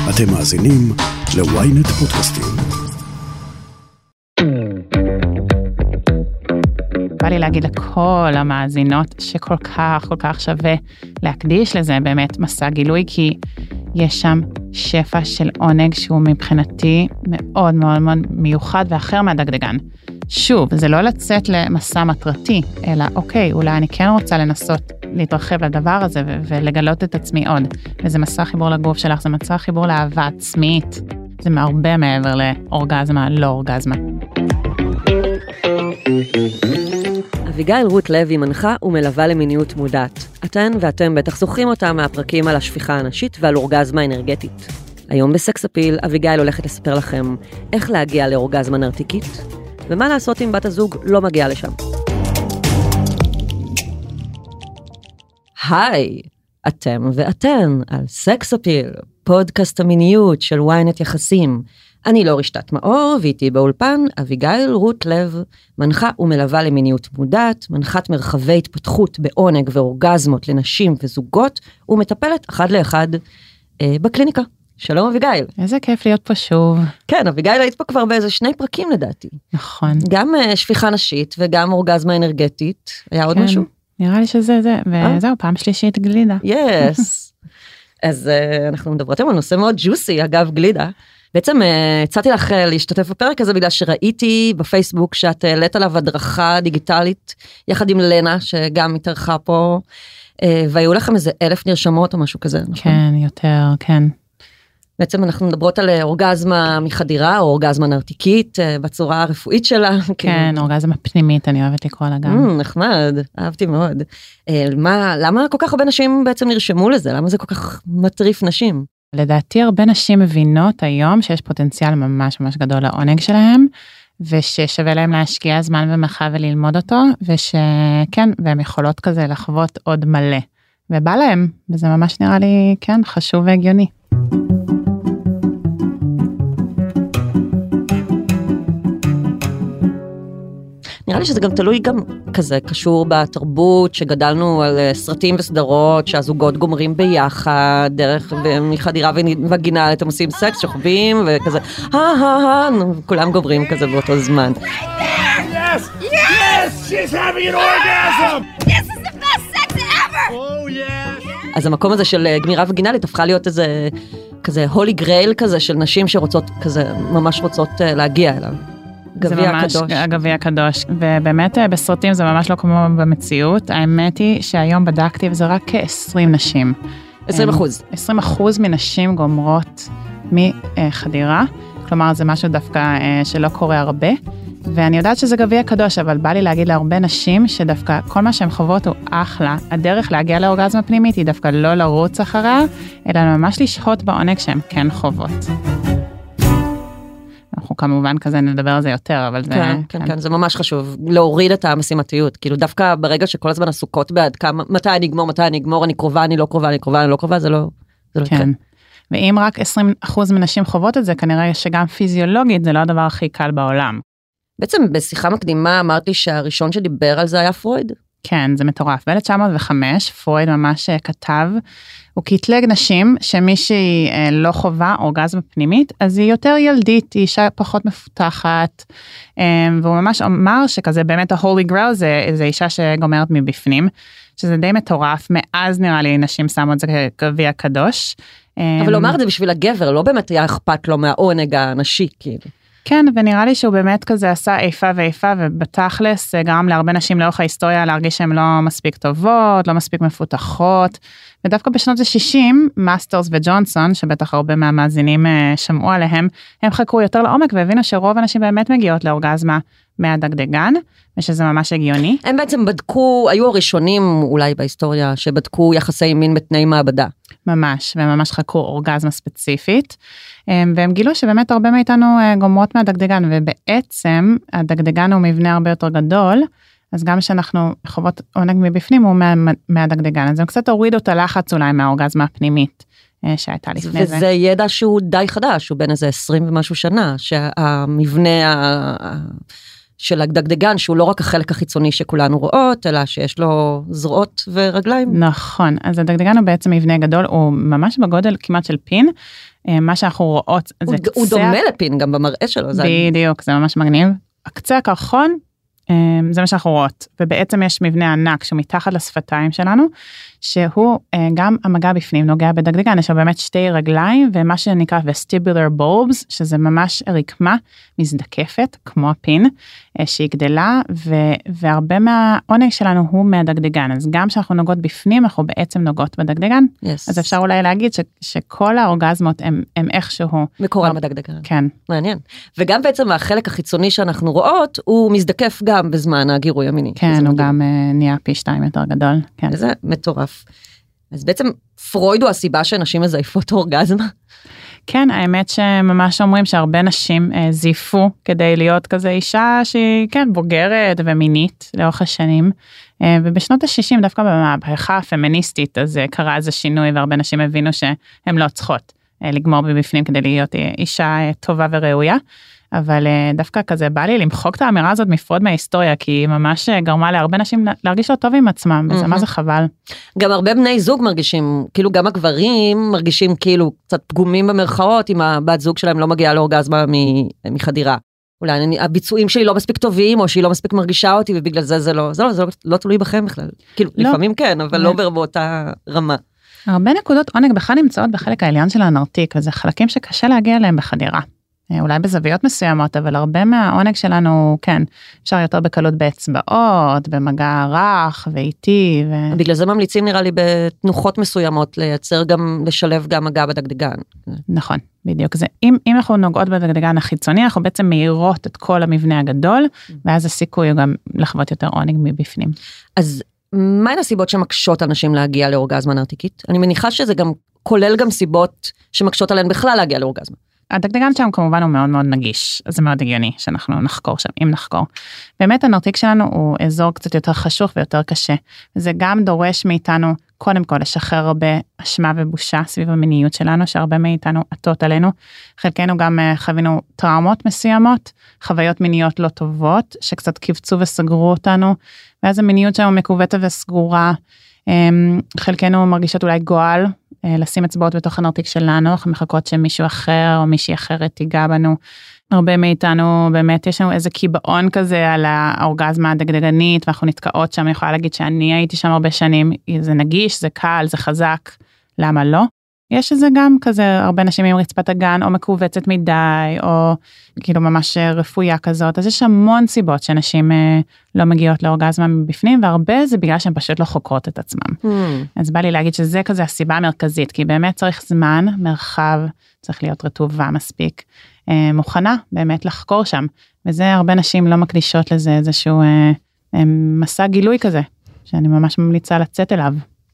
אתם מאזינים ל-ynet פודקאסטים. בא לי להגיד לכל המאזינות שכל כך שווה להקדיש לזה באמת מסע גילוי, כי יש שם שפע של עונג שהוא מבחינתי מאוד מאוד מאוד מיוחד ואחר מהדגדגן. שוב, זה לא לצאת למסע מטרתי, אלא אוקיי, אולי אני כן רוצה לנסות להתרחב לדבר הזה ולגלות את עצמי עוד. וזה מסע חיבור לגוף שלך, זה מסע חיבור לאהבה עצמית. זה הרבה מעבר לאורגזמה, לא אורגזמה. אביגיל רות לוי מנחה ומלווה למיניות מודעת. אתן ואתם בטח זוכרים אותה מהפרקים על השפיכה הנשית ועל אורגזמה אנרגטית. היום בסקס אפיל, אביגיל הולכת לספר לכם איך להגיע לאורגזמה נרתיקית, ומה לעשות אם בת הזוג לא מגיעה לשם. היי, אתם ואתן על סקס אפיל, פודקאסט המיניות של ynet יחסים. אני לא רשתת מאור, ואיתי באולפן אביגיל רות לב, מנחה ומלווה למיניות מודעת, מנחת מרחבי התפתחות בעונג ואורגזמות לנשים וזוגות, ומטפלת אחד לאחד בקליניקה. שלום אביגיל. איזה כיף להיות פה שוב. כן, אביגיל היית פה כבר באיזה 2 פרקים לדעתי. נכון. גם שפיכה נשית וגם אורגזמה אנרגטית. היה עוד משהו? נראה לי שזה זה, וזהו, פעם שלישית גלידה. יס. אז אנחנו מדברות על נושא מאוד ג'וסי, אגב גלידה. בעצם הצעתי לך להשתתף בפרק הזה בגלל שראיתי בפייסבוק שאת העלית עליו הדרכה דיגיטלית יחד עם לנה שגם התארחה פה, והיו לכם איזה 1,000 נרשמות או משהו כזה, נכון? כן, יותר, כן. בעצם אנחנו מדברות על אורגזמה מחדירה, או אורגזמה נרתיקית, בצורה הרפואית שלה. כן, אורגזמה פנימית, אני אוהבת לקרוא לה גם. נחמד, אהבתי מאוד. למה כל כך הרבה נשים בעצם נרשמו לזה? למה זה כל כך מטריף נשים? לדעתי הרבה נשים מבינות היום שיש פוטנציאל ממש ממש גדול לעונג שלהם, וששווה להם להשקיע זמן ומחשבה וללמוד אותו, ושכן, והן יכולות כזה לחוות עוד מלא. ובא להם, וזה ממש נראה לי, כן, חשוב והגיוני. נראה לי שזה גם תלוי גם כזה קשור בתרבות שגדלנו על סרטים וסדרות שהזוגות גומרים ביחד דרך מחדירה וגינה אתם עושים סקס שוכבים וכזה כולם גומרים כזה באותו זמן. Yes! Yes! She's having an orgasm! This is the best sex ever! Oh yeah! אז המקום הזה של גמירה וגינלית הפכה להיות איזה כזה הולי גרייל כזה של נשים שרוצות כזה ממש רוצות להגיע אליו. גביע הקדוש. הגביע הקדוש, ובאמת בסרטים זה ממש לא כמו במציאות. האמת היא שהיום בדקתי וזה רק כ-20 נשים. 20%. 20% מנשים גומרות מחדירה, כלומר זה משהו דווקא שלא קורה הרבה, ואני יודעת שזה גביע קדוש, אבל בא לי להגיד להרבה נשים שדווקא כל מה שהן חוות הוא אחלה, הדרך להגיע לאורגזמה פנימית היא דווקא לא לרוץ אחריה, אלא ממש לשהות בעונג שהן כן חוות. אנחנו כמובן כזה נדבר על זה יותר, אבל זה... כן, זה ממש חשוב, להוריד את המשימתיות, כאילו דווקא ברגע שכל הזמן עסוקות בעד כמה, מתי אני אגמור, אני קרובה, אני לא קרובה, זה לא כן. ואם רק 20% מנשים חוות את זה, כנראה שגם פיזיולוגית זה לא הדבר הכי קל בעולם. בעצם בשיחה מקדימה אמרתי שהראשון שדיבר על זה היה פרויד. כן, זה מטורף. ב-1905 פרויד ממש כתב, הוא קטלג נשים שמישהי לא חובה אורגזמה פנימית, אז היא יותר ילדית, היא אישה פחות מפותחת, והוא ממש אמר שכזה באמת ה-Holy Grail זה אישה שגומרת מבפנים, שזה די מטורף, מאז נראה לי נשים שמו את זה כגביע קדוש. אבל הוא אמר את זה בשביל הגבר, לא באמת היה אכפת לו מהעונג הנשי, כאילו. כן, ונראה לי שהוא באמת כזה עשה איפה ואיפה, ובתכלס גרם להרבה נשים לאורך ההיסטוריה להרגיש שהן לא מספיק טובות, לא מספיק מפותחות, ודווקא בשנות ה-60, מאסטרס וג'ונסון, שבטח הרבה מהמאזינים שמעו עליהם, הם חקרו יותר לעומק והבינו שרוב הנשים באמת מגיעות לאורגזמה מהדגדגן, ושזה ממש הגיוני. הם בעצם בדקו, היו הראשונים אולי בהיסטוריה, שבדקו יחסי מין בתנאי מעבדה. ממש, והם ממש חקרו אורגזמה ספציפית, והם גילו שבאמת הרבה מאיתנו גומרות מהדגדגן, ובעצם הדגדגן הוא מבנה הרבה יותר גדול, אז גם שאנחנו חוות עונג מבפנים הוא מהדגדגן, אז הם קצת הורידו את הלחץ אולי מהאורגזמה הפנימית שהייתה לפני זה. וזה ידע שהוא די חדש, הוא בין איזה 20 ומשהו שנה, שהמבנה של הדגדגן, שהוא לא רק החלק החיצוני שכולנו רואות, אלא שיש לו זרועות ורגליים. נכון, אז הדגדגן הוא בעצם מבנה גדול, הוא ממש בגודל כמעט של פין, מה שאנחנו רואות זה קצה... הוא דומה לפין גם במראה שלו. בדיוק, זה ממש מגניב. הקצה הקרחון, זה מה שאנחנו רואות, ובעצם יש מבנה ענק שהוא מתחת לשפתיים שלנו, שהוא גם המגע בפנים נוגע בדגדגן, יש לו באמת שתי רגליים, ומה שנקרא vestibular bulbs, שזה ממש רקמה מזדקפת, כמו הפין, שהיא גדלה, והרבה מהעונג שלנו הוא מהדגדגן, אז גם כשאנחנו נוגעות בפנים, אנחנו בעצם נוגעות בדגדגן, אז אפשר אולי להגיד שכל האורגזמות הם איכשהו... מקורם בדגדגן. כן. מעניין. וגם בעצם החלק החיצוני שאנחנו רואות, הוא מזדקף גם בזמן הגירוי המיני. כן, הוא גם נהיה פי 2 יותר גדול. כן. זה מטורף. אז בעצם פרויד הוא הסיבה שנשים מזייפות אורגזמה? כן, האמת שממש אומרים שהרבה נשים זייפו כדי להיות כזה אישה שהיא כן בוגרת ומינית לאורך השנים, ובשנות ה-60 דווקא במהפכה הפמיניסטית אז קרה איזה שינוי והרבה נשים הבינו שהן לא צריכות לגמור מבפנים כדי להיות אישה טובה וראויה, אבל דווקא כזה בא לי למחוק את האמירה הזאת מפרוד מההיסטוריה, כי היא ממש גרמה להרבה נשים להרגיש לא טוב עם עצמם, וזה מה זה חבל. גם הרבה בני זוג מרגישים, כאילו גם הגברים מרגישים כאילו קצת פגומים במרכאות, אם הבת זוג שלהם לא מגיעה לאורגזמה מחדירה. אולי הביצועים שלי לא מספיק טובים, או שהיא לא מספיק מרגישה אותי, ובגלל זה לא תלוי בכם בכלל. כאילו, לפעמים כן, אבל לא באותה רמה. הרבה נקודות עונג בכלל נמצאות בחלק העליון של הנרתיק, וזה חלקים שקשה להגיע אליהם בחדירה. אולי בזוויות מסוימות, אבל הרבה מהעונג שלנו, כן, אפשר יותר בקלות באצבעות, במגע רך ואיטי. בגלל זה ממליצים נראה לי בתנוחות מסוימות, לייצר גם, לשלב גם מגע בדגדגן. נכון, בדיוק. זה, אם אנחנו נוגעות בדגדגן החיצוני, אנחנו בעצם מאירות את כל המבנה הגדול, ואז הסיכוי הוא גם לחוות יותר עונג מבפנים. אז מהן הסיבות שמקשות אנשים להגיע לאורגזמה נרתיקית? אני מניחה שזה גם כולל גם סיבות שמקשות עליהן בכלל להגיע לאורגזמה. הדגדגן שם כמובן הוא מאוד מאוד נגיש, אז זה מאוד הגיוני שאנחנו נחקור שם, אם נחקור. באמת הנרתיק שלנו הוא אזור קצת יותר חשוך ויותר קשה, וזה גם דורש מאיתנו קודם כל לשחרר הרבה אשמה ובושה סביב המיניות שלנו, שהרבה מאיתנו עטות עלינו, חלקנו גם חווינו טראומות מסוימות, חוויות מיניות לא טובות, שקצת קיבצו וסגרו אותנו, ואז המיניות שלנו מקובטת וסגורה, חלקנו מרגישות אולי גועל, לשים אצבעות בתוך הנרתיק שלנו, אנחנו מחכות שמישהו אחר או מישהי אחרת תיגע בנו. הרבה מאיתנו באמת יש לנו איזה קיבעון כזה על האורגזמה הדגדגנית, ואנחנו נתקעות שם, אני יכולה להגיד שאני הייתי שם הרבה שנים, זה נגיש, זה קל, זה חזק, למה לא? יש איזה גם כזה, הרבה נשים עם רצפת הגן, או מקובצת מדי, או כאילו ממש רפויה כזאת, אז יש המון סיבות שנשים לא מגיעות לאורגזמה מבפנים, והרבה זה בגלל שהן פשוט לא חוקרות את עצמם. אז בא לי להגיד שזה כזה הסיבה המרכזית, כי באמת צריך זמן, מרחב, צריך להיות רטובה מספיק, מוכנה באמת לחקור שם, וזה הרבה נשים לא מקדישות לזה איזשהו מסע גילוי כזה, שאני ממש ממליצה לצאת אליו.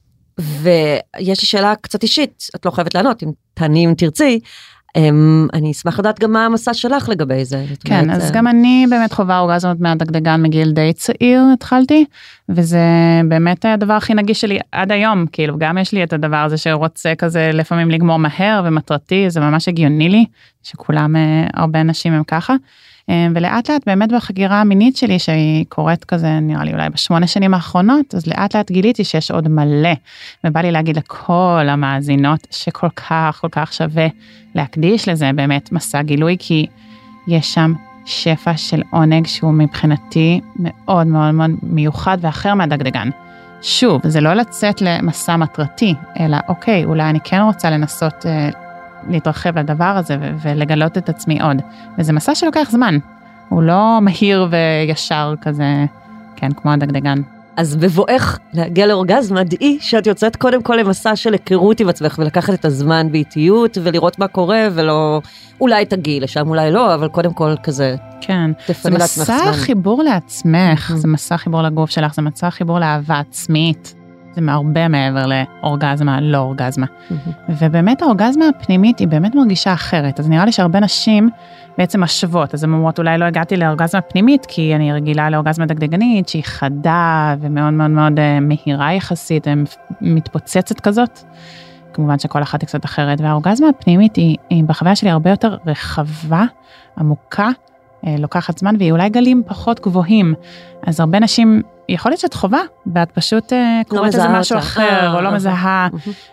ויש לי שאלה קצת אישית, את לא חייבת לענות, אם תעני אם תרצי, אני אשמח לדעת גם מה המסע שלך לגבי זה. כן, אז גם אני באמת חווה אורגזמות מהדגדגן מגיל די צעיר התחלתי, וזה באמת הדבר הכי נגיש שלי עד היום, כאילו גם יש לי את הדבר הזה שרוצה כזה לפעמים לגמור מהר ומטרתי, זה ממש הגיוני לי, שכולם, הרבה אנשים הם ככה, ולאט לאט באמת בחגירה המינית שלי שהיא קורית כזה נראה לי אולי ב8 שנים האחרונות, אז לאט לאט גיליתי שיש עוד מלא, ובא לי להגיד לכל המאזינות שכל כך כל כך שווה להקדיש לזה באמת מסע גילוי, כי יש שם שפע של עונג שהוא מבחינתי מאוד מאוד מאוד מיוחד ואחר מהדגדגן. שוב, זה לא לצאת למסע מטרתי, אלא אוקיי, אולי אני כן רוצה לנסות להתרחב לדבר הזה ולגלות את עצמי עוד. וזה מסע שלוקח זמן. הוא לא מהיר וישר כזה, כן, כמו הדגדגן. אז בבואך להגיע לאורגזמה, דעי שאת יוצאת קודם כל למסע של היכרות עם עצמך, ולקחת את הזמן באיטיות, ולראות מה קורה, ולא, אולי תגיעי לשם, אולי לא, אבל קודם כל כזה, כן. תפני לעצמך זמן. זה מסע חיבור לעצמך, זה מסע חיבור לגוף שלך, זה מסע חיבור לאהבה עצמית, זה הרבה מעבר לאורגזמה, לא אורגזמה. ובאמת האורגזמה הפנימית היא באמת מרגישה אחרת, אז נראה לי שהרבה נשים בעצם משוות, אז הן אומרות אולי לא הגעתי לאורגזמה פנימית, כי אני רגילה לאורגזמה דגדגנית, שהיא חדה ומאוד מאוד מאוד מהירה יחסית, מתפוצצת כזאת, כמובן שכל אחת היא קצת אחרת, והאורגזמה הפנימית היא בחוויה שלי הרבה יותר רחבה, עמוקה, לוקחת זמן, והיא אולי גלים פחות גבוהים. אז הרבה נשים, יכול להיות שאת חובה, ואת פשוט קוראת איזה משהו אחר, או לא מזהה,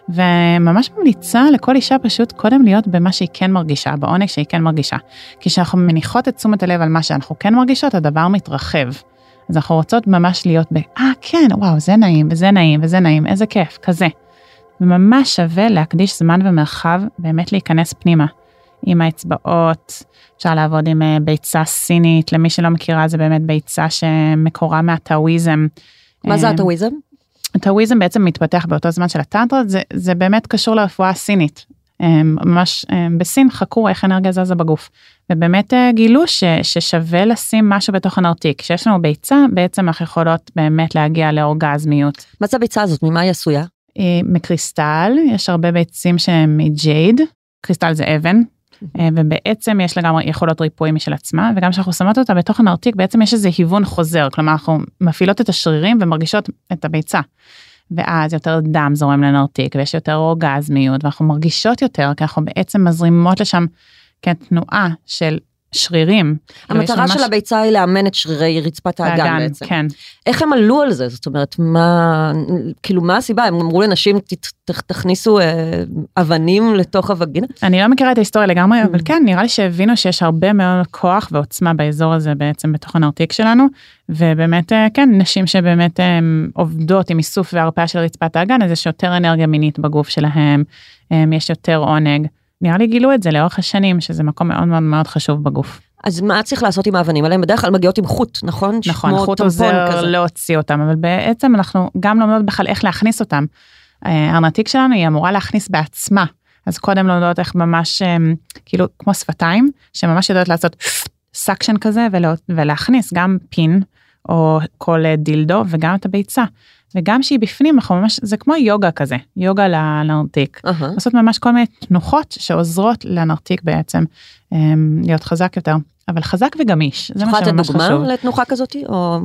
וממש ממליצה לכל אישה פשוט קודם להיות במה שהיא כן מרגישה, בעונג שהיא כן מרגישה. כי כשאנחנו מניחות את תשומת הלב על מה שאנחנו כן מרגישות, הדבר מתרחב. אז אנחנו רוצות ממש להיות כן, וואו, זה נעים, וזה נעים, וזה נעים, איזה כיף, כזה. וממש שווה להקדיש זמן ומרחב, באמת להיכנס פנימה. עם האצבעות, אפשר לעבוד עם ביצה סינית, למי שלא מכירה זה באמת ביצה שמקורה מהטאוויזם. מה זה הטאוויזם? הטאוויזם בעצם מתפתח באותו זמן של הטנטרה, זה באמת קשור לרפואה הסינית. ממש בסין חקרו איך אנרגיה זזה בגוף, ובאמת גילו ששווה לשים משהו בתוך הנרתיק. כשיש לנו ביצה, בעצם אנחנו יכולות באמת להגיע לאורגזמיות. מה זה הביצה הזאת? ממה היא עשויה? מקריסטל, יש הרבה ביצים שהם מג'ייד, קריסטל זה אבן, ובעצם יש לה גם יכולות ריפוי משל עצמה, וגם כשאנחנו שמות אותה בתוך הנרתיק, בעצם יש איזה היוון חוזר, כלומר אנחנו מפעילות את השרירים ומרגישות את הביצה, ואז יותר דם זורם לנרתיק, ויש יותר אורגזמיות, ואנחנו מרגישות יותר, כי אנחנו בעצם מזרימות לשם תנועה של שרירים. המטרה של הביצה היא לאמן את שרירי רצפת האגן בעצם. כן. איך הם עלו על זה? זאת אומרת, מה הסיבה? הם אמרו לנשים, תכניסו אבנים לתוך הווגינה? אני לא מכירה את ההיסטוריה לגמרי, אבל כן, נראה לי שהבינו שיש הרבה מאוד כוח ועוצמה באזור הזה בעצם בתוך הנרתיק שלנו, ובאמת, כן, נשים שבאמת עובדות עם איסוף והרפאה של רצפת האגן, אז יש יותר אנרגיה מינית בגוף שלהם, יש יותר עונג. נראה לי גילו את זה לאורך השנים, שזה מקום מאוד מאוד מאוד חשוב בגוף. אז מה צריך לעשות עם האבנים? עליהם בדרך כלל מגיעות עם חוט, נכון? נכון, חוט עוזר להוציא אותם, אבל בעצם אנחנו גם לומדות בכלל איך להכניס אותם. הנרתיק שלנו היא אמורה להכניס בעצמה, אז קודם לומדות איך ממש, כאילו כמו שפתיים, שממש יודעות לעשות סקשן כזה, ולהכניס גם פין, או כל דילדו, וגם את הביצה. וגם שהיא בפנים, אנחנו ממש, זה כמו יוגה כזה, יוגה לנרתיק. לעשות ממש כל מיני תנוחות שעוזרות לנרתיק בעצם להיות חזק יותר, אבל חזק וגמיש, זה מה שממש חשוב. יכולה דוגמה לתנוחה כזאת, או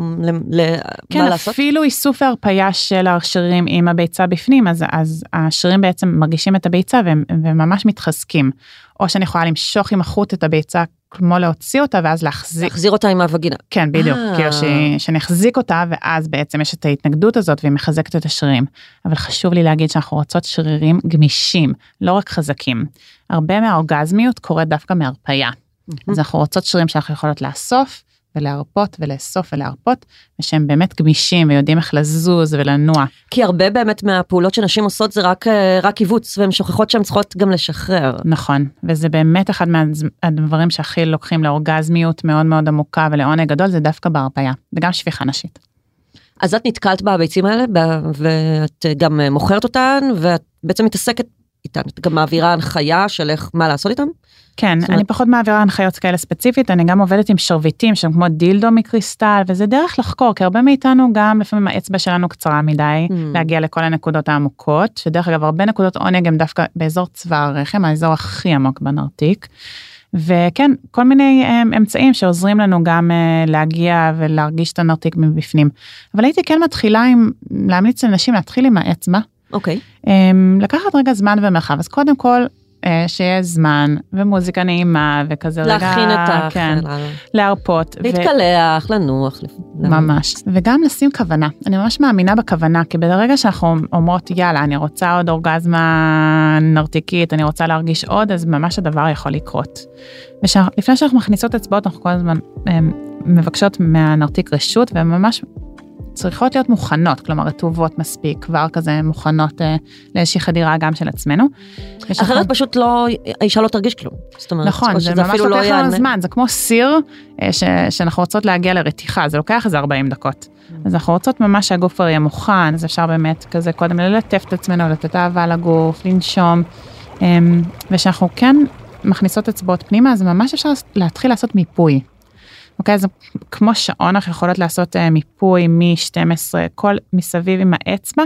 כן, מה לעשות? אפילו איסוף והרפיה של השרירים עם הביצה בפנים, אז השרירים בעצם מרגישים את הביצה וממש מתחזקים, או שאני יכולה למשוך עם החוט את הביצה, כמו להוציא אותה ואז להחזיר אותה עם הווגינה. כן, בדיוק, כאילו שאני אחזיק אותה ואז בעצם יש את ההתנגדות הזאת והיא מחזקת את השרירים. אבל חשוב לי להגיד שאנחנו רוצות שרירים גמישים, לא רק חזקים. הרבה מהאורגזמיות קורית דווקא מהרפיה. אז אנחנו רוצות שרירים שאנחנו יכולות לאסוף ולהרפות ולאסוף ולהרפות, ושהם באמת גמישים ויודעים איך לזוז ולנוע. כי הרבה באמת מהפעולות שנשים עושות זה רק עיווץ, והן שוכחות שהן צריכות גם לשחרר. נכון, וזה באמת אחד מהדברים שהכי לוקחים לאורגזמיות מאוד מאוד עמוקה ולעונג גדול, זה דווקא בהרפיה, וגם שפיכה נשית. אז את נתקלת בביצים האלה, ואת גם מוכרת אותן, ואת בעצם מתעסקת איתן, את גם מעבירה הנחיה של איך, מה לעשות איתם? כן, אני פחות מעבירה הנחיות כאלה ספציפית, אני גם עובדת עם שרביטים שהם כמו דילדו מקריסטל, וזה דרך לחקור, כי הרבה מאיתנו גם לפעמים האצבע שלנו קצרה מדי, להגיע לכל הנקודות העמוקות, שדרך אגב הרבה נקודות עונג הם דווקא באזור צוואר הרחם, האזור הכי עמוק בנרתיק, וכן, כל מיני אמצעים שעוזרים לנו גם להגיע ולהרגיש את הנרתיק מבפנים. אבל הייתי כן מתחילה להמליץ לנשים להתחיל עם האצבע, אוקיי. לקחת רגע זמן ומרחב, אז קודם כל, שיהיה זמן ומוזיקה נעימה וכזה רגע, להכין את כן, להרפות. להתקלח, לנוח. ממש. וגם לשים כוונה. אני ממש מאמינה בכוונה, כי ברגע שאנחנו אומרות, יאללה, אני רוצה עוד אורגזמה נרתיקית, אני רוצה להרגיש עוד, אז ממש הדבר יכול לקרות. לפני שאנחנו מכניסות אצבעות, אנחנו כל הזמן מבקשות מהנרתיק רשות, וממש צריכות להיות מוכנות, כלומר רטובות מספיק, כבר כזה מוכנות לאיזושהי חדירה גם של עצמנו. אחרת פשוט לא, האישה לא תרגיש כלום. נכון, זה ממש לוקח לנו זמן, זה כמו סיר שאנחנו רוצות להגיע לרתיחה, זה לוקח איזה 40 דקות. אז אנחנו רוצות ממש שהגוף כבר יהיה מוכן, אז אפשר באמת כזה קודם ללטף את עצמנו, לתת אהבה לגוף, לנשום, ושאנחנו כן מכניסות אצבעות פנימה, אז ממש אפשר להתחיל לעשות מיפוי. אוקיי, אז כמו שעון, אנחנו יכולות לעשות מיפוי מ-12, כל מסביב עם האצבע,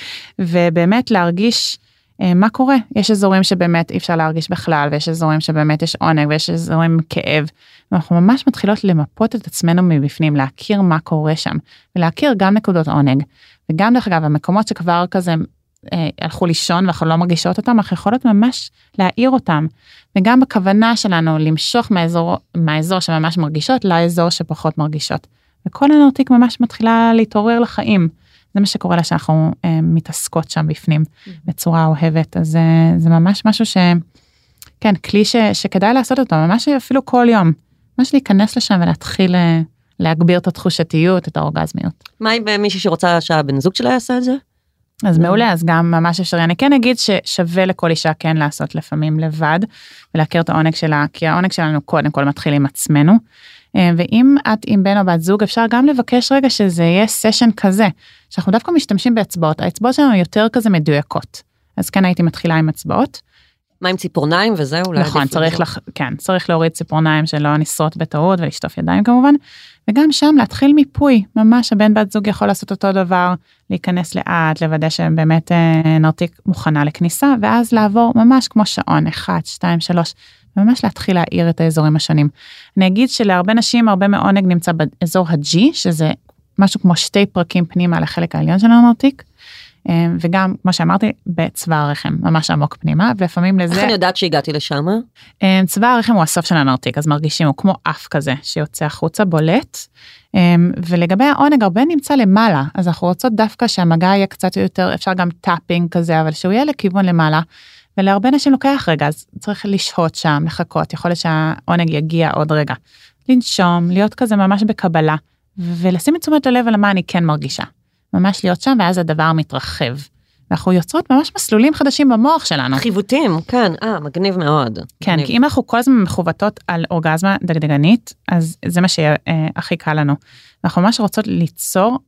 ובאמת להרגיש מה קורה. יש אזורים שבאמת אי אפשר להרגיש בכלל, ויש אזורים שבאמת יש עונג, ויש אזורים עם כאב, ואנחנו ממש מתחילות למפות את עצמנו מבפנים, להכיר מה קורה שם, ולהכיר גם נקודות עונג, וגם דרך אגב, המקומות שכבר כזה הלכו לישון ואנחנו לא מרגישות אותם, אנחנו יכולות ממש להעיר אותם, וגם בכוונה שלנו למשוך מהאזור שממש מרגישות, לאזור שפחות מרגישות. וכל הנרתיק ממש מתחילה להתעורר לחיים. זה מה שקורה לה שאנחנו מתעסקות שם בפנים, בצורה אוהבת. אז זה ממש משהו כן, כלי שכדאי לעשות אותו, ממש אפילו כל יום. ממש להיכנס לשם ולהתחיל להגביר את התחושתיות, את האורגזמיות. מה אם מישהי שרוצה שהבן זוג שלה יעשה את זה? אז מעולה, אז גם ממש אפשרי. אני כן אגיד ששווה לכל אישה כן לעשות לפעמים לבד, ולהכיר את העונג שלה, כי העונג שלנו קודם כל מתחיל עם עצמנו, ואם את עם בן או בת זוג, אפשר גם לבקש רגע שזה יהיה סשן כזה, שאנחנו דווקא משתמשים באצבעות, האצבעות שלנו יותר כזה מדויקות, אז כן הייתי מתחילה עם אצבעות. מה עם ציפורניים וזה אולי? נכון, צריך להוריד ציפורניים שלא נשרות בטעות ולשטוף ידיים כמובן, וגם שם להתחיל מיפוי, ממש הבן בת זוג יכול לעשות אותו דבר, להיכנס לאט, לוודא שבאמת נרתיק מוכנה לכניסה, ואז לעבור ממש כמו שעון, 1, 2, 3, וממש להתחיל להעיר את האזורים השונים. אני אגיד שלהרבה נשים, הרבה מעונג נמצא באזור ה-G, שזה משהו כמו 2 פרקים פנימה לחלק העליון של הנרתיק, וגם, כמו שאמרתי, בצבא הרחם, ממש עמוק פנימה, ולפעמים לזה... איך אני יודעת שהגעתי לשם? צבא הרחם הוא הסוף של הנרתיק, אז מרגישים, הוא כמו אף כזה, שיוצא החוצה, בולט, ולגבי העונג, הרבה נמצא למעלה, אז אנחנו רוצות דווקא שהמגע יהיה קצת יותר, אפשר גם טאפינג כזה, אבל שהוא יהיה לכיוון למעלה, ולהרבה נשים לוקח רגע, אז צריך לשהות שם, לחכות, יכול להיות שהעונג יגיע עוד רגע. לנשום, להיות כזה ממש בקבלה, ולשים את תשומת הלב על מה אני כן מרגישה. ממש להיות שם, ואז הדבר מתרחב. ואנחנו יוצרות ממש מסלולים חדשים במוח שלנו. חיווטים, כן, מגניב מאוד. כן, מגניב. כי אם אנחנו כל הזמן מחובתות על אורגזמה דגדגנית, אז זה מה שיהיה הכי קל לנו. אנחנו ממש רוצות ליצור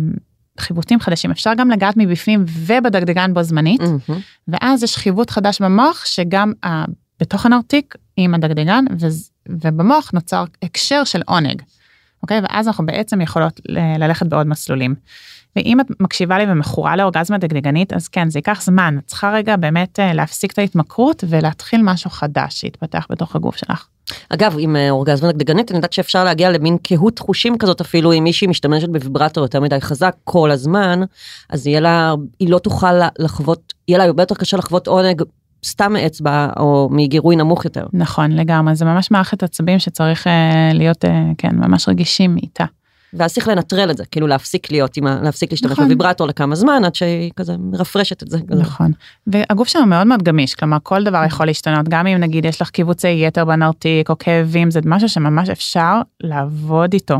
חיווטים חדשים. אפשר גם לגעת מבפנים ובדגדגן בו זמנית, ואז יש חיווט חדש במוח, שגם בתוך הנרתיק עם הדגדגן, ובמוח נוצר הקשר של עונג. אוקיי? ואז אנחנו בעצם יכולות ללכת בעוד מסלולים. ואם את מקשיבה לי ומכורה לאורגזמה דגדגנית, אז כן, זה ייקח זמן. את צריכה רגע באמת להפסיק את ההתמכרות, ולהתחיל משהו חדש שיתפתח בתוך הגוף שלך. אגב, עם אורגזמה דגדגנית, אני יודעת שאפשר להגיע למין קהות חושים כזאת, אפילו אם מישהי משתמשת בוויברטור יותר מדי חזק כל הזמן, אז היא לא תוכל לחוות, יהיה לה הרבה יותר קשה לחוות עונג, סתם מאצבע או מגירוי נמוך יותר. נכון, לגמרי. זה ממש מערכת עצבים שצריך להיות, כן, ממש רגישים איתה. ואז צריך לנטרל את זה, כאילו להפסיק להשתמש בוויברטור לכמה זמן, עד שהיא כזה מרפרשת את זה. נכון. והגוף שלנו מאוד מאוד גמיש, כלומר כל דבר יכול להשתנות, גם אם נגיד יש לך קיבוצי יתר בנרתיק או כאבים, זה משהו שממש אפשר לעבוד איתו.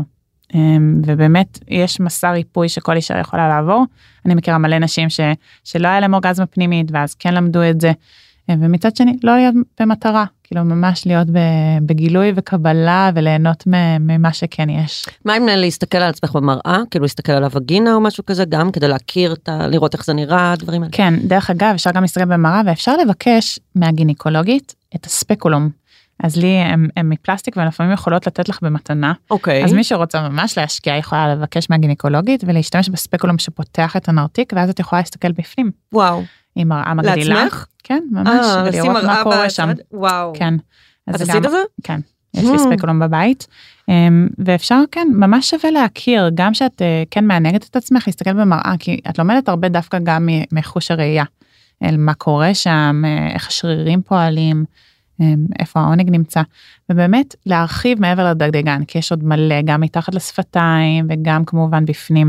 ובאמת יש מסע ריפוי שכל אישה יכולה לעבור. אני מכירה מלא נשים שלא היה להם אורגזמה פנימית, ואז כן למדו את זה. ומצד שני, לא להיות במטרה, כאילו ממש להיות בגילוי וקבלה, וליהנות ממה שכן יש. מה אם להסתכל על עצמך במראה, כאילו להסתכל על הווגינה או משהו כזה, גם כדי להכיר, לראות איך זה נראה, הדברים האלה? כן, דרך אגב, אפשר גם להסתכל במראה, ואפשר לבקש מהגינקולוגית את הספקולום. אז לי הם מפלסטיק, ולפעמים יכולות לתת לך במתנה. אוקיי. אז מי שרוצה ממש להשקיע, יכולה לבקש מהגינקולוגית, ולהשתמש בספקולום שפותח את הנרתיק, ואז את יכולה להסתכל בפנים. וואו. עם מראה מגדילה. לעצמך? כן, ממש. לשים מראה בצד? וואו. כן. את עשית את זה? כן. יש לי ספקולום בבית. ואפשר, כן, ממש שווה להכיר, גם שאת כן מענגת את עצמך, להסתכל במראה, כי את לומדת הרבה דווקא גם מחוש הראייה, אל מה קורה שם, איך השרירים פועלים, איפה העונג נמצא, ובאמת להרחיב מעבר לדגדגן, כי יש עוד מלא, גם מתחת לשפתיים, וגם כמובן בפנים,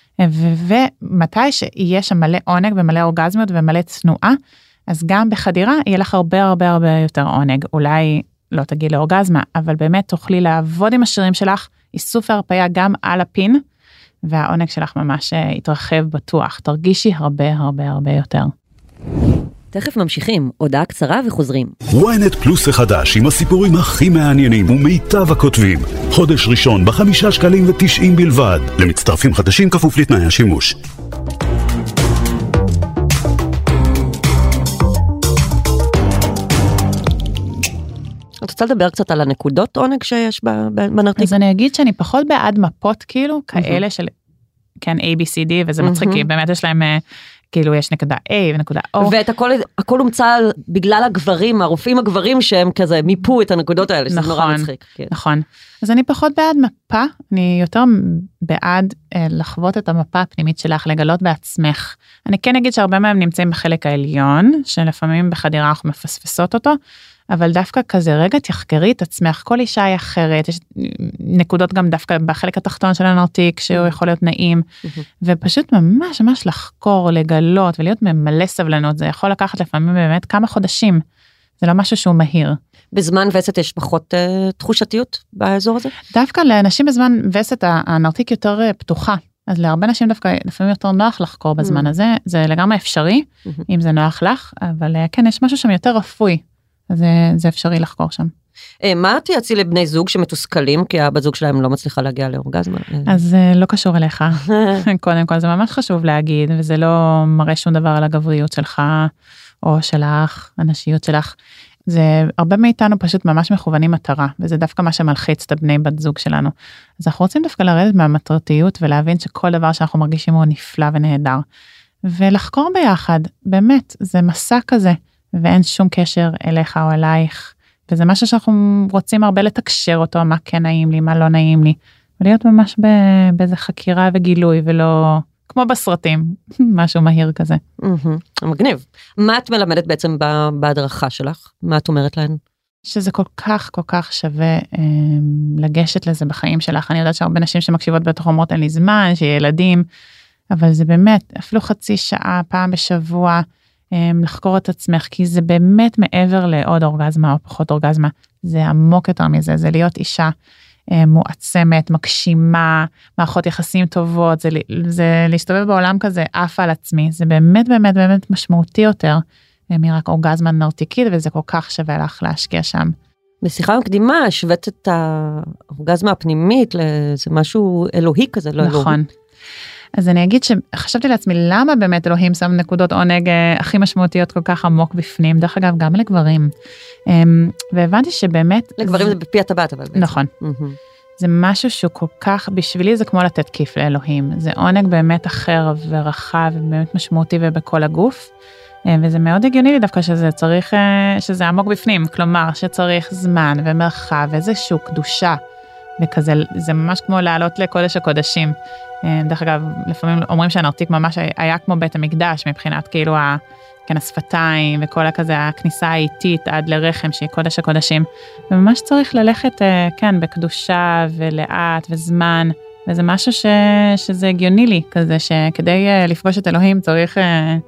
ומתי שיהיה שם מלא עונג, ומלא אורגזמיות, ומלא תנועה, אז גם בחדירה, יהיה לך הרבה הרבה הרבה יותר עונג, אולי לא תגיעי לאורגזמה, אבל באמת תוכלי לעבוד עם השרירים שלך, איסוף והרפאיה גם על הפין, והעונג שלך ממש יתרחב בטוח, תרגישי הרבה הרבה הרבה יותר. תכף ממשיכים, הודעה קצרה וחוזרים. ynet פלוס החדש עם הסיפורים הכי מעניינים ומיטב הכותבים. חודש ראשון ב5.90 שקלים בלבד. למצטרפים חדשים כפוף לתנאי השימוש. את רוצה לדבר קצת על הנקודות עונג שיש בנרתיק? אז אני אגיד שאני פחות בעד מפות כאילו, כאלה של, כן, ABCD, וזה מצחיק, כי באמת יש להם כאילו יש נקודה A ונקודה O. ואת הכל הומצא בגלל הגברים, הרופאים הגברים שהם כזה מיפו את הנקודות האלה, שזה נורא מצחיק. נכון. אז אני פחות בעד מפה, אני יותר בעד לחוות את המפה הפנימית שלך, לגלות בעצמך. אני כן אגיד שהרבה מהם נמצאים בחלק העליון, שלפעמים בחדירה אנחנו מפספסות אותו, אבל דווקא כזה רגע תחקרי את עצמך, כל אישה היא אחרת, יש נקודות גם דווקא בחלק התחתון של הנרתיק, שהוא יכול להיות נעים, ופשוט ממש ממש לחקור, לגלות, ולהיות ממלא סבלנות, זה יכול לקחת לפעמים באמת כמה חודשים, זה לא משהו שהוא מהיר. בזמן וסת יש פחות תחושתיות באזור הזה? דווקא לאנשים בזמן וסת הנרתיק יותר פתוחה, אז להרבה נשים דווקא לפעמים יותר נוח לחקור בזמן הזה, זה לגמרי אפשרי, אם זה נוח לך, אבל כן, יש משהו שם יותר רפוי, אז זה אפשרי לחקור שם. מה תייצי לבני זוג שמתוסכלים, כי הבת זוג שלהם לא מצליחה להגיע לאורגזמה? אז לא קשור אליך. קודם כל, זה ממש חשוב להגיד, וזה לא מראה שום דבר על הגבריות שלך, או שלך, הנשיות שלך. זה הרבה מאיתנו פשוט ממש מכוונים מטרה, וזה דווקא מה שמלחיץ את הבני בת זוג שלנו. אז אנחנו רוצים דווקא לרדת מהמטרתיות, ולהבין שכל דבר שאנחנו מרגישים הוא נפלא ונהדר. ולחקור ביחד, באמת, זה מסע כזה, ואין שום קשר אליך או אלייך, וזה משהו שאנחנו רוצים הרבה לתקשר אותו, מה כן נעים לי, מה לא נעים לי, ולהיות ממש באיזה חקירה וגילוי, ולא כמו בסרטים, משהו מהיר כזה. מגניב. מה את מלמדת בעצם בהדרכה שלך? מה את אומרת להן? שזה כל כך שווה לגשת לזה בחיים שלך. אני יודעת שהרבה נשים שמקשיבות בתוך אומרות, אין לי זמן, שיהיה ילדים, אבל זה באמת, אפילו חצי שעה, פעם בשבוע, לחקור את עצמך, כי זה באמת מעבר לעוד אורגזמה או פחות אורגזמה, זה עמוק יותר מזה, זה להיות אישה מועצמת, מגשימה, מערכות יחסים טובות, זה להסתובב בעולם כזה, אף על עצמי, זה באמת משמעותי יותר, מרק אורגזמה נרתיקית, וזה כל כך שווה לך להשקיע שם. בשיחה מקדימה, השווית את האורגזמה הפנימית, זה משהו אלוהי כזה, לא אלוהי. נכון. אז אני אגיד שחשבתי לעצמי, למה באמת אלוהים שם נקודות עונג הכי משמעותיות כל כך עמוק בפנים, דרך אגב, גם לגברים. והבנתי שבאמת... לגברים זה בפי הטבעת, אבל בעצם. נכון. זה משהו שהוא כל כך, בשבילי זה כמו לתת כיף לאלוהים. זה עונג באמת אחר ורחב, ובאמת משמעותי ובכל הגוף. וזה מאוד הגיוני לי דווקא שזה צריך, שזה עמוק בפנים, כלומר שצריך זמן ומרחב, איזשהו קדושה. וכזה, זה ממש כמו לעלות לקודש הקודשים. דרך אגב, לפעמים אומרים שהנרתיק ממש היה כמו בית המקדש, מבחינת כאילו השפתיים, וכל הכזה, הכניסה האיטית עד לרחם, שהיא קודש הקודשים. וממש צריך ללכת, כן, בקדושה ולאט וזמן, וזה משהו שזה הגיוני לי, כזה שכדי לפגוש את אלוהים צריך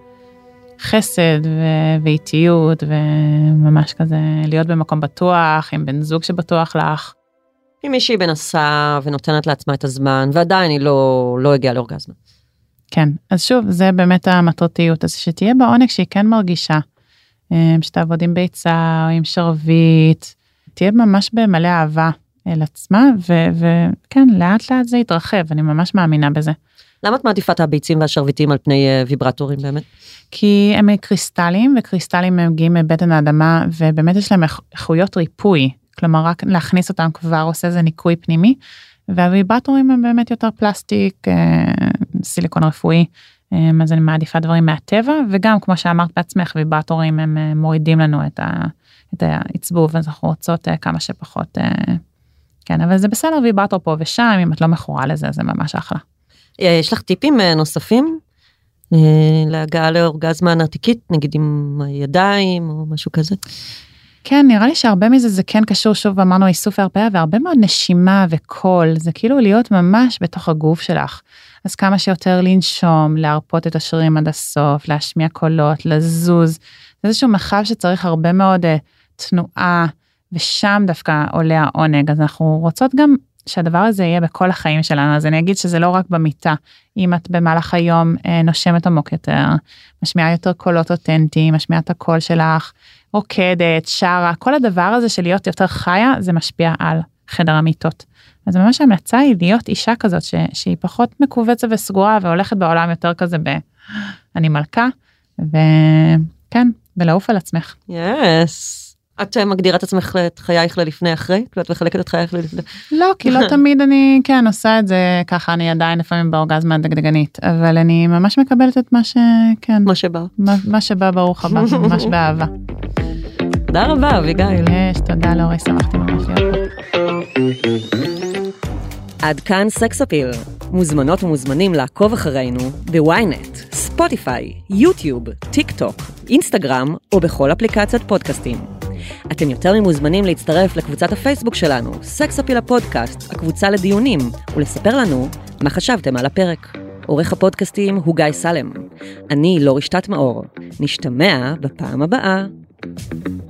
חסד ואיטיות, וממש כזה להיות במקום בטוח, עם בן זוג שבטוח לך. אם מישהי בנסה ונותנת לעצמה את הזמן, ועדיין היא לא הגיעה לאורגזמה. כן, אז שוב, זה באמת המטרתיות, אז שתהיה בעונג שהיא כן מרגישה, שתעבוד עם ביצה או עם שרבית, תהיה ממש במלא אהבה אל עצמה, וכן, לאט לאט זה יתרחב, אני ממש מאמינה בזה. למה את מעדיפה את הביצים והשרביטים על פני ויברטורים באמת? כי הם קריסטלים, וקריסטלים הם מגיעים מבטן האדמה, ובאמת יש להם איכויות ריפוי, כלומר רק להכניס אותם כבר עושה איזה ניקוי פנימי, והוויברטורים הם באמת יותר פלסטיק, סיליקון רפואי, אז אני מעדיפה דברים מהטבע, וגם כמו שאמרת בעצמך, ויברטורים הם מורידים לנו את העצבוב, אז אנחנו רוצות כמה שפחות, כן, אבל זה בסדר ויברטור פה ושם, אם את לא מכורה לזה, זה ממש אחלה. יש לך טיפים נוספים להגעה לאורגזמה נרתיקית, נגיד עם הידיים או משהו כזה? כן, נראה לי שהרבה מזה זה כן קשור, שוב אמרנו איסוף הרפאיה, והרבה מאוד נשימה וקול, זה כאילו להיות ממש בתוך הגוף שלך. אז כמה שיותר לנשום, להרפות את השרירים עד הסוף, להשמיע קולות, לזוז. זה איזשהו מרחב שצריך הרבה מאוד תנועה, ושם דווקא עולה העונג. אז אנחנו רוצות גם שהדבר הזה יהיה בכל החיים שלנו, אז אני אגיד שזה לא רק במיטה, אם את במהלך היום נושמת עמוק יותר, משמיעה יותר קולות אותנטיים, משמיעה את הקול שלך, רוקדת, שרה, כל הדבר הזה של להיות יותר חיה, זה משפיע על חדר המיטות. אז ממש ההמלצה היא להיות אישה כזאת, שהיא פחות מקובצת וסגורה, והולכת בעולם יותר כזה אני מלכה, וכן, ולעוף על עצמך. יס. את מגדירה את עצמך את חייך ללפני אחרי? את מחלקת את חייך ללפני? לא, כי לא תמיד אני, כן, עושה את זה ככה, אני עדיין לפעמים באורגזמה הדגדגנית, אבל אני ממש מקבלת את מה כן. מה שבא. מה שבא ברוך הבא, ממש באהבה. תודה רבה, אביגיל. יש, תודה לאורי, שמחתי ממש להיות פה. עד כאן סקס אפיל. מוזמנות ומוזמנים לעקוב אחרינו בוויינט, ספוטיפיי, יוטיוב, טיק טוק, אינסטגרם או בכל אפליקציית פודקאסטים. אתם יותר ממוזמנים להצטרף לקבוצת הפייסבוק שלנו, סקס אפיל הפודקאסט, הקבוצה לדיונים, ולספר לנו מה חשבתם על הפרק. עורך הפודקאסטים הוא גיא סלם. אני לא רשתת מאור. נשתמע בפעם הבאה.